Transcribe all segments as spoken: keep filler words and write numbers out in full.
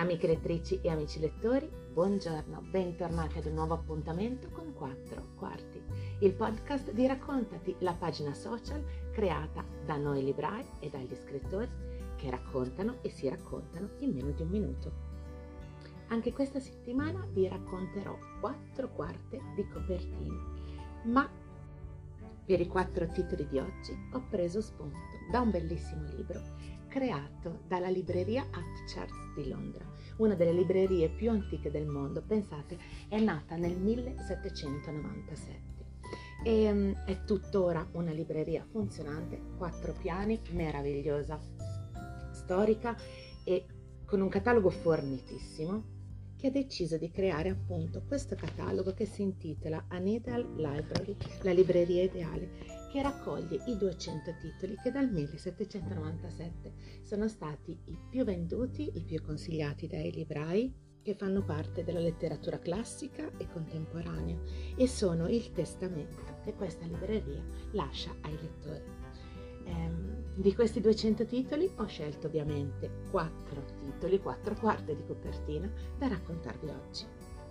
Amiche lettrici e amici lettori, buongiorno, bentornati ad un nuovo appuntamento con Quattro Quarti, il podcast di Raccontati, la pagina social creata da noi librai e dagli scrittori che raccontano e si raccontano in meno di un minuto. Anche questa settimana vi racconterò quattro quarte di copertine, ma per i quattro titoli di oggi ho preso spunto da un bellissimo libro creato dalla libreria Hatchards di Londra, una delle librerie più antiche del mondo. Pensate, è nata nel millesettecentonovantasette e um, è tuttora una libreria funzionante, quattro piani, meravigliosa, storica e con un catalogo fornitissimo, che ha deciso di creare appunto questo catalogo che si intitola An Ideal Library, la libreria ideale, che raccoglie i duecento titoli che dal millesettecentonovantasette sono stati i più venduti, i più consigliati dai librai, che fanno parte della letteratura classica e contemporanea e sono il testamento che questa libreria lascia ai lettori. Ehm, di questi duecento titoli ho scelto ovviamente quattro titoli, quattro quarte di copertina da raccontarvi oggi.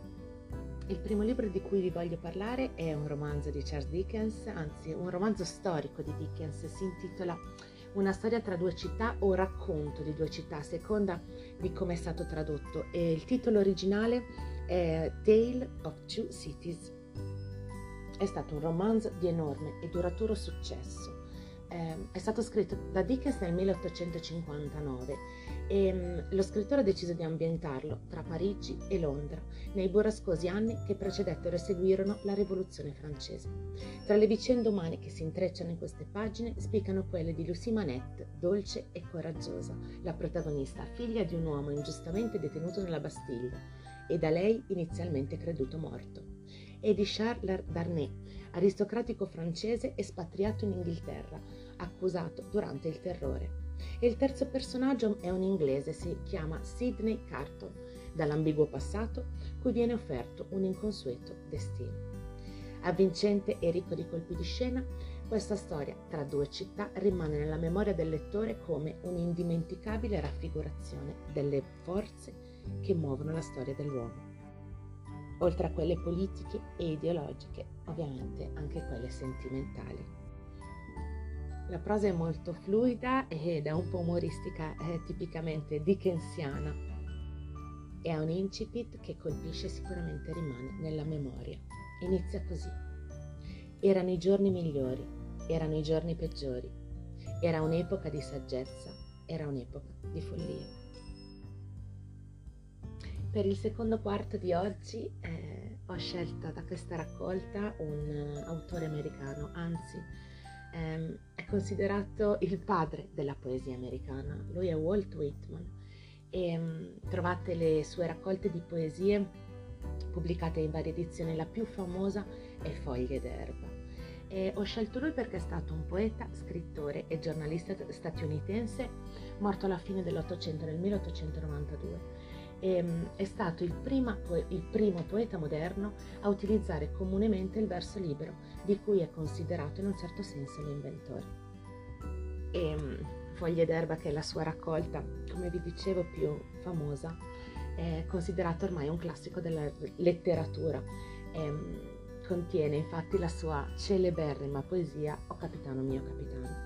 Il primo libro di cui vi voglio parlare è un romanzo di Charles Dickens, anzi un romanzo storico di Dickens, si intitola Una storia tra due città o racconto di due città, a seconda di come è stato tradotto, e il titolo originale è Tale of Two Cities. È stato un romanzo di enorme e duraturo successo. Eh, è stato scritto da Dickens nel milleottocentocinquantanove e mh, lo scrittore ha deciso di ambientarlo tra Parigi e Londra nei burrascosi anni che precedettero e seguirono la Rivoluzione francese. Tra le vicende umane che si intrecciano in queste pagine spiccano quelle di Lucie Manette, dolce e coraggiosa, la protagonista, figlia di un uomo ingiustamente detenuto nella Bastiglia e da lei inizialmente creduto morto, e di Charles Darnay, aristocratico francese espatriato in Inghilterra, accusato durante il terrore. E il terzo personaggio è un inglese, si chiama Sidney Carton, dall'ambiguo passato cui viene offerto un inconsueto destino. Avvincente e ricco di colpi di scena, questa storia tra due città rimane nella memoria del lettore come un'indimenticabile raffigurazione delle forze che muovono la storia dell'uomo. Oltre a quelle politiche e ideologiche, ovviamente anche quelle sentimentali. La prosa è molto fluida ed è un po' umoristica, è tipicamente dickensiana, e ha un incipit che colpisce e sicuramente rimane nella memoria. Inizia così: erano i giorni migliori, erano i giorni peggiori, era un'epoca di saggezza, era un'epoca di follia. Per il secondo quarto di oggi eh, ho scelto da questa raccolta un uh, autore americano, anzi ehm, è considerato il padre della poesia americana. Lui è Walt Whitman e um, trovate le sue raccolte di poesie pubblicate in varie edizioni. La più famosa è Foglie d'erba. E ho scelto lui perché è stato un poeta, scrittore e giornalista statunitense morto alla fine dell'Ottocento, nel milleottocentonovantadue. E, um, è stato il, prima, il primo poeta moderno a utilizzare comunemente il verso libero, di cui è considerato in un certo senso l'inventore. E um, Foglie d'erba, che è la sua raccolta, come vi dicevo, più famosa, è considerato ormai un classico della letteratura. E, um, contiene infatti la sua celeberrima poesia O capitano mio capitano.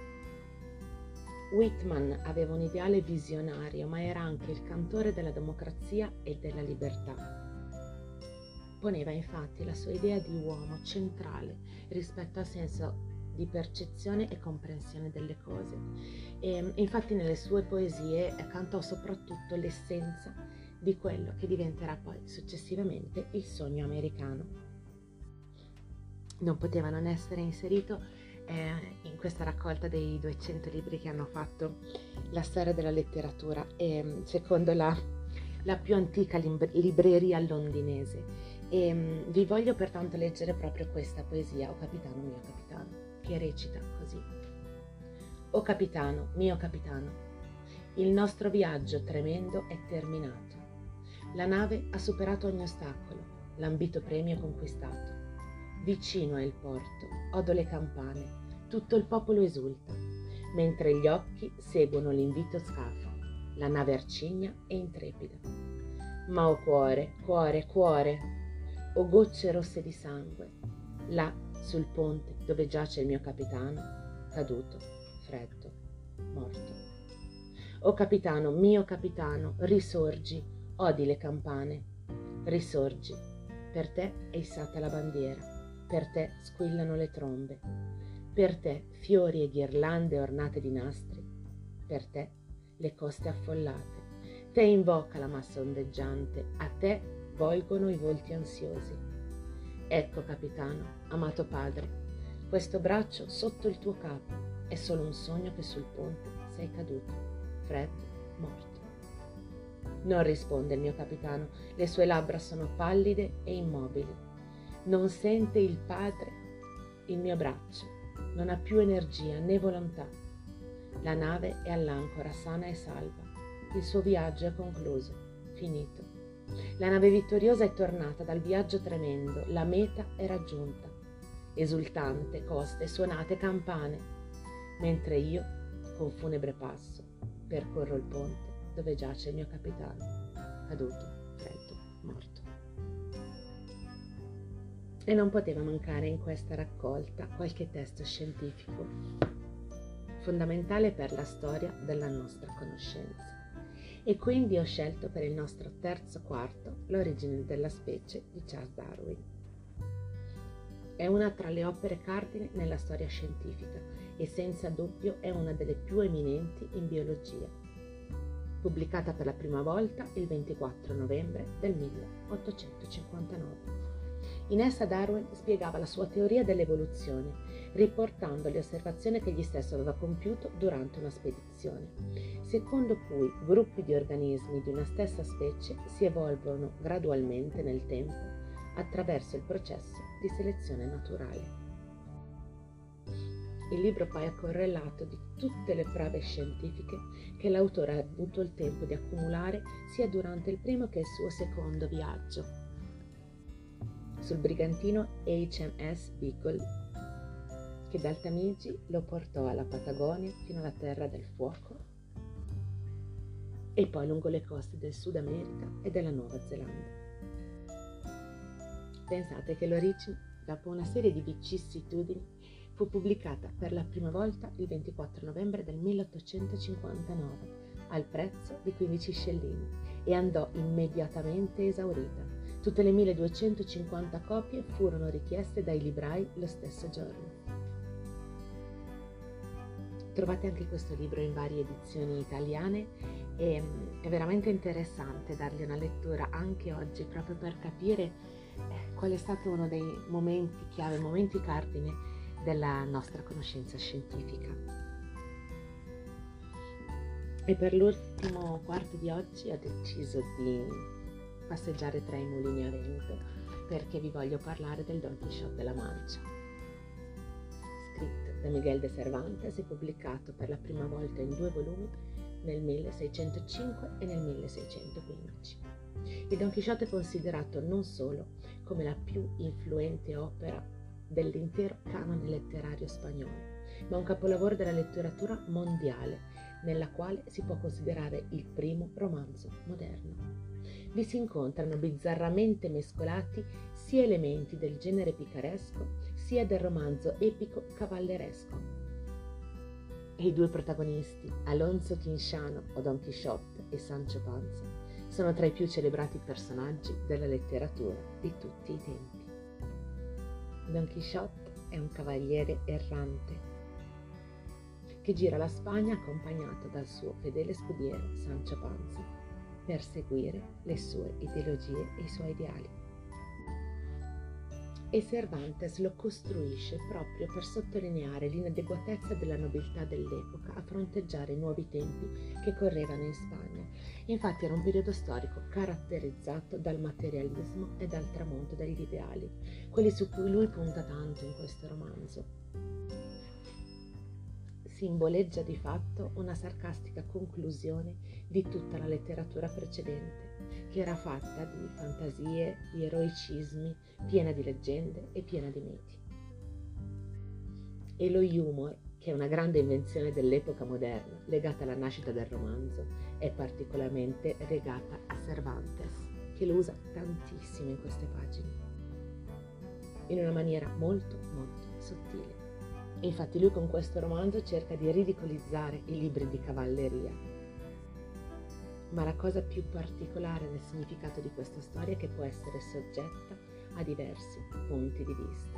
Whitman aveva un ideale visionario, ma era anche il cantore della democrazia e della libertà. Poneva infatti la sua idea di uomo centrale rispetto al senso di percezione e comprensione delle cose. E infatti nelle sue poesie cantò soprattutto l'essenza di quello che diventerà poi successivamente il sogno americano. Non poteva non essere inserito Eh, in questa raccolta dei duecento libri che hanno fatto la storia della letteratura, e, secondo la, la più antica lib- libreria londinese. E, um, vi voglio pertanto leggere proprio questa poesia, O capitano mio capitano, che recita così: O capitano mio capitano, il nostro viaggio tremendo è terminato. La nave ha superato ogni ostacolo, l'ambito premio conquistato. Vicino è il porto, odo le campane, tutto il popolo esulta, mentre gli occhi seguono l'invito scafo. la nave arcigna e intrepida. Ma o cuore, cuore, cuore, o gocce rosse di sangue, là sul ponte dove giace il mio capitano, caduto, freddo, morto. O capitano, mio capitano, risorgi, odi le campane, risorgi, per te è issata la bandiera, per te squillano le trombe, per te fiori e ghirlande ornate di nastri, per te le coste affollate, te invoca la massa ondeggiante, a te volgono i volti ansiosi. Ecco, capitano, amato padre, questo braccio sotto il tuo capo è solo un sogno che sul ponte sei caduto, freddo, morto. Non risponde il mio capitano, le sue labbra sono pallide e immobili. Non sente il padre il mio braccio, non ha più energia né volontà. La nave è all'ancora sana e salva. Il suo viaggio è concluso, finito. La nave vittoriosa è tornata dal viaggio tremendo, la meta è raggiunta. Esultante, coste, suonate, campane, mentre io, con funebre passo, percorro il ponte dove giace il mio capitano, caduto, freddo, morto. E non poteva mancare in questa raccolta qualche testo scientifico, fondamentale per la storia della nostra conoscenza. E quindi ho scelto per il nostro terzo quarto L'origine della specie di Charles Darwin. È una tra le opere cardine nella storia scientifica e senza dubbio è una delle più eminenti in biologia. Pubblicata per la prima volta il ventiquattro novembre del milleottocentocinquantanove. In essa Darwin spiegava la sua teoria dell'evoluzione, riportando le osservazioni che egli stesso aveva compiuto durante una spedizione, secondo cui gruppi di organismi di una stessa specie si evolvono gradualmente nel tempo attraverso il processo di selezione naturale. Il libro poi è correlato di tutte le prove scientifiche che l'autore ha avuto il tempo di accumulare sia durante il primo che il suo secondo viaggio sul brigantino H M S Beagle, che dal Tamigi lo portò alla Patagonia fino alla Terra del Fuoco e poi lungo le coste del Sud America e della Nuova Zelanda. Pensate che l'origine, dopo una serie di vicissitudini, fu pubblicata per la prima volta il ventiquattro novembre del milleottocentocinquantanove al prezzo di quindici scellini e andò immediatamente esaurita. Tutte le milleduecentocinquanta copie furono richieste dai librai lo stesso giorno. Trovate anche questo libro in varie edizioni italiane e è veramente interessante dargli una lettura anche oggi proprio per capire qual è stato uno dei momenti chiave, momenti cardine della nostra conoscenza scientifica. E per l'ultimo quarto di oggi ho deciso di passeggiare tra i mulini a vento perché vi voglio parlare del Don Chisciotte della Mancia, scritto da Miguel de Cervantes e pubblicato per la prima volta in due volumi nel milleseicentocinque e nel milleseicentoquindici. Il Don Chisciotte è considerato non solo come la più influente opera dell'intero canone letterario spagnolo, ma un capolavoro della letteratura mondiale, nella quale si può considerare il primo romanzo moderno. Vi si incontrano bizzarramente mescolati sia elementi del genere picaresco sia del romanzo epico cavalleresco. E i due protagonisti, Alonso Quinchano o Don Chisciotte e Sancho Panza, sono tra i più celebrati personaggi della letteratura di tutti i tempi. Don Chisciotte è un cavaliere errante che gira la Spagna accompagnato dal suo fedele scudiero Sancho Panza per seguire le sue ideologie e i suoi ideali. E Cervantes lo costruisce proprio per sottolineare l'inadeguatezza della nobiltà dell'epoca a fronteggiare i nuovi tempi che correvano in Spagna. Infatti era un periodo storico caratterizzato dal materialismo e dal tramonto degli ideali, quelli su cui lui punta tanto in questo romanzo. Simboleggia di fatto una sarcastica conclusione di tutta la letteratura precedente, che era fatta di fantasie, di eroicismi, piena di leggende e piena di miti. E lo humor che è una grande invenzione dell'epoca moderna, legata alla nascita del romanzo, è particolarmente legata a Cervantes, che lo usa tantissimo in queste pagine, in una maniera molto molto sottile. Infatti lui con questo romanzo cerca di ridicolizzare i libri di cavalleria. Ma la cosa più particolare nel significato di questa storia è che può essere soggetta a diversi punti di vista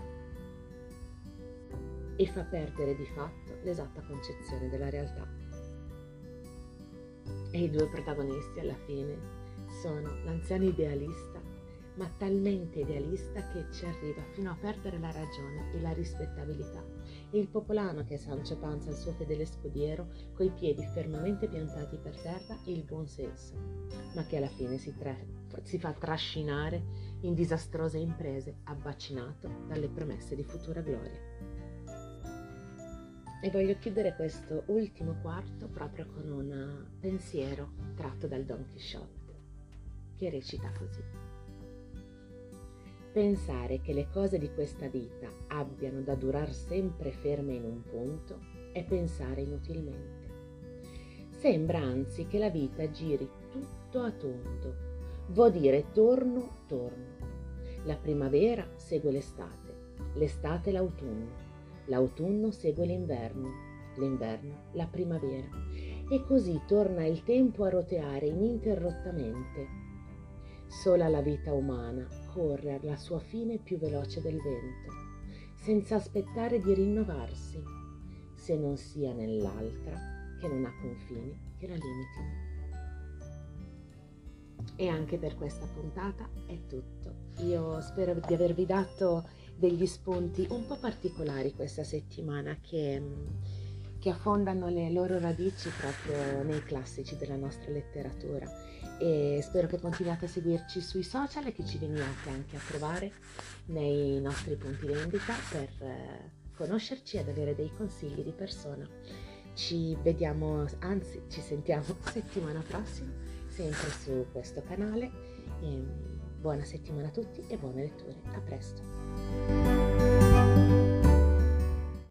e fa perdere di fatto l'esatta concezione della realtà. E i due protagonisti alla fine sono l'anziano idealista, ma talmente idealista che ci arriva fino a perdere la ragione e la rispettabilità, e il popolano che è Sancho Panza, il suo fedele scudiero, coi piedi fermamente piantati per terra e il buon senso, ma che alla fine si, tra- si fa trascinare in disastrose imprese, abbacinato dalle promesse di futura gloria. E voglio chiudere questo ultimo quarto proprio con un pensiero tratto dal Don Chisciotte, che recita così: pensare che le cose di questa vita abbiano da durar sempre ferme in un punto è pensare inutilmente. Sembra anzi che la vita giri tutto a tondo, vuol dire torno, torno. La primavera segue l'estate, l'estate l'autunno, l'autunno segue l'inverno, l'inverno la primavera, e così torna il tempo a roteare ininterrottamente. Sola la vita umana corre alla sua fine più veloce del vento, senza aspettare di rinnovarsi, se non sia nell'altra che non ha confini che la limitino. E anche per questa puntata è tutto. Io spero di avervi dato degli spunti un po' particolari questa settimana che, che affondano le loro radici proprio nei classici della nostra letteratura, e spero che continuate a seguirci sui social e che ci veniate anche a trovare nei nostri punti vendita per eh, conoscerci ed avere dei consigli di persona. Ci vediamo, anzi ci sentiamo settimana prossima, sempre su questo canale. E buona settimana a tutti e buone letture. A presto!